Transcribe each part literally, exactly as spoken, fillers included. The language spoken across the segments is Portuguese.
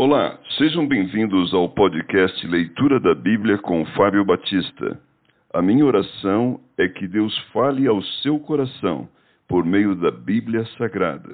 Olá, sejam bem-vindos ao podcast Leitura da Bíblia com Fábio Batista. A minha oração é que Deus fale ao seu coração por meio da Bíblia Sagrada.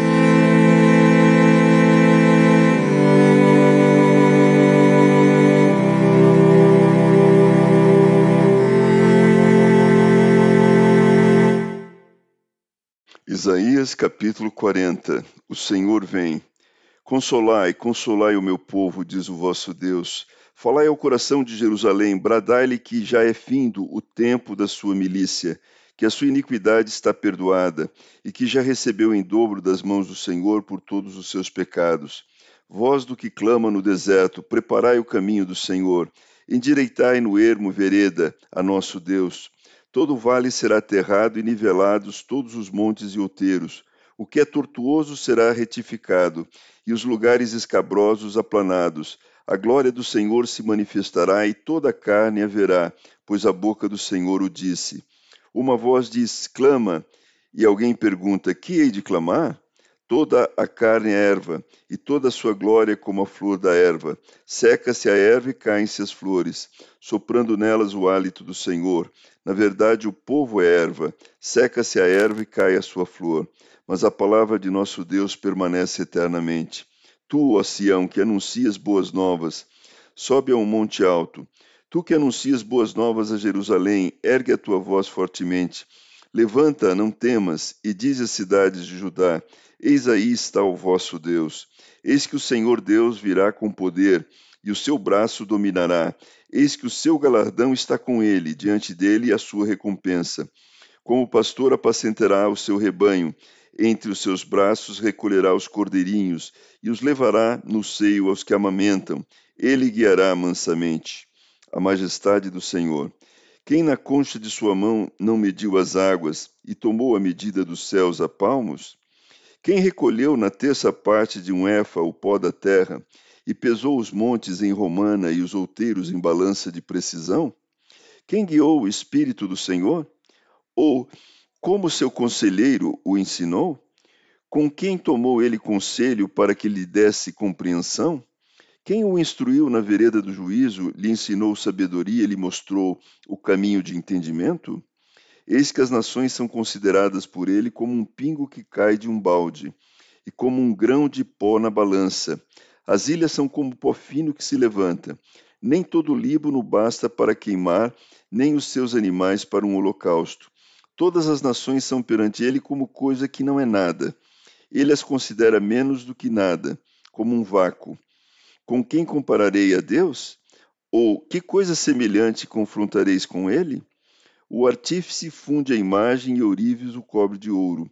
Isaías capítulo quarenta. O Senhor vem. Consolai, consolai o meu povo, diz o vosso Deus. Falai ao coração de Jerusalém, bradai-lhe que já é findo o tempo da sua milícia, que a sua iniquidade está perdoada, e que já recebeu em dobro das mãos do Senhor por todos os seus pecados. Voz do que clama no deserto, preparai o caminho do Senhor, endireitai no ermo vereda a nosso Deus. Todo vale será aterrado e nivelados todos os montes e outeiros. O que é tortuoso será retificado, e os lugares escabrosos aplanados. A glória do Senhor se manifestará, e toda a carne a verá, pois a boca do Senhor o disse. Uma voz diz, clama, e alguém pergunta, que hei de clamar? Toda a carne é erva, e toda a sua glória como a flor da erva. Seca-se a erva e caem-se as flores, soprando nelas o hálito do Senhor. Na verdade, o povo é erva, seca-se a erva e cai a sua flor. Mas a palavra de nosso Deus permanece eternamente. Tu, ó Sião, que anuncias boas novas, sobe a um monte alto. Tu que anuncias boas novas a Jerusalém, ergue a tua voz fortemente. Levanta, não temas, e diz às cidades de Judá, eis aí está o vosso Deus. Eis que o Senhor Deus virá com poder, e o seu braço dominará. Eis que o seu galardão está com ele, diante dele a sua recompensa. Como o pastor apacentará o seu rebanho, entre os seus braços recolherá os cordeirinhos, e os levará no seio aos que amamentam. Ele guiará mansamente. A majestade do Senhor. Quem na concha de sua mão não mediu as águas, e tomou a medida dos céus a palmos? Quem recolheu na terça parte de um éfa o pó da terra, e pesou os montes em romana e os outeiros em balança de precisão? Quem guiou o Espírito do Senhor? Ou, como seu conselheiro o ensinou? Com quem tomou ele conselho para que lhe desse compreensão? Quem o instruiu na vereda do juízo, lhe ensinou sabedoria e lhe mostrou o caminho de entendimento? Eis que as nações são consideradas por ele como um pingo que cai de um balde, e como um grão de pó na balança. As ilhas são como pó fino que se levanta. Nem todo o Líbano basta para queimar, nem os seus animais para um holocausto. Todas as nações são perante ele como coisa que não é nada. Ele as considera menos do que nada, como um vácuo. Com quem compararei a Deus? Ou que coisa semelhante confrontareis com ele? O artífice funde a imagem e ourives o cobre de ouro,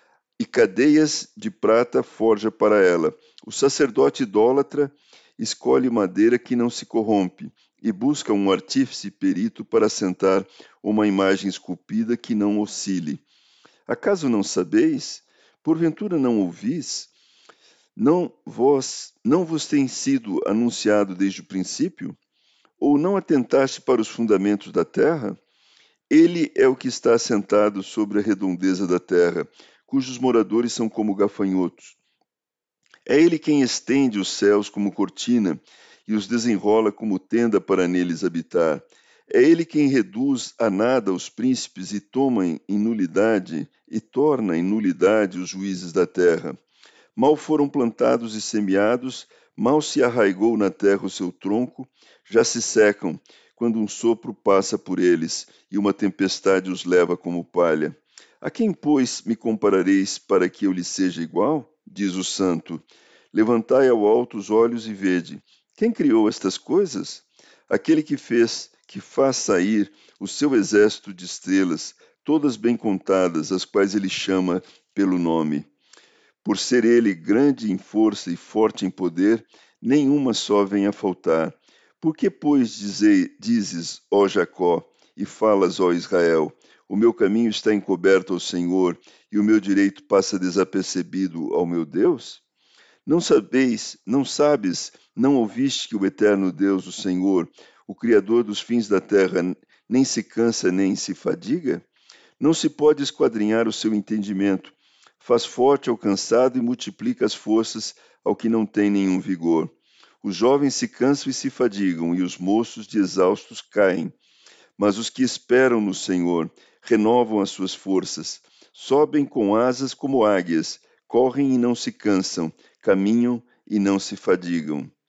e cadeias de prata forja para ela. O sacerdote idólatra escolhe madeira que não se corrompe, e busca um artífice perito para assentar uma imagem esculpida que não oscile. Acaso não sabeis? Porventura não ouvis? Não vós, não vos tem sido anunciado desde o princípio? Ou não atentaste para os fundamentos da terra? Ele é o que está assentado sobre a redondeza da terra, cujos moradores são como gafanhotos. É ele quem estende os céus como cortina e os desenrola como tenda para neles habitar. É ele quem reduz a nada os príncipes e toma em nulidade e torna em nulidade os juízes da terra. Mal foram plantados e semeados, mal se arraigou na terra o seu tronco, já se secam, quando um sopro passa por eles, e uma tempestade os leva como palha. A quem, pois, me comparareis para que eu lhe seja igual? Diz o Santo. Levantai ao alto os olhos e vede. Quem criou estas coisas? Aquele que fez, que faz sair o seu exército de estrelas, todas bem contadas, as quais ele chama pelo nome. Por ser ele grande em força e forte em poder, nenhuma só vem a faltar. Por que, pois, dizei, dizes, ó Jacó, e falas, ó Israel, o meu caminho está encoberto ao Senhor, e o meu direito passa desapercebido ao meu Deus? Não sabeis, não sabes, não ouviste que o eterno Deus, o Senhor, o Criador dos fins da terra, nem se cansa nem se fadiga? Não se pode esquadrinhar o seu entendimento. Faz forte ao cansado e multiplica as forças ao que não tem nenhum vigor. Os jovens se cansam e se fadigam, e os moços de exaustos caem. Mas os que esperam no Senhor renovam as suas forças, sobem com asas como águias, correm e não se cansam, caminham e não se fadigam.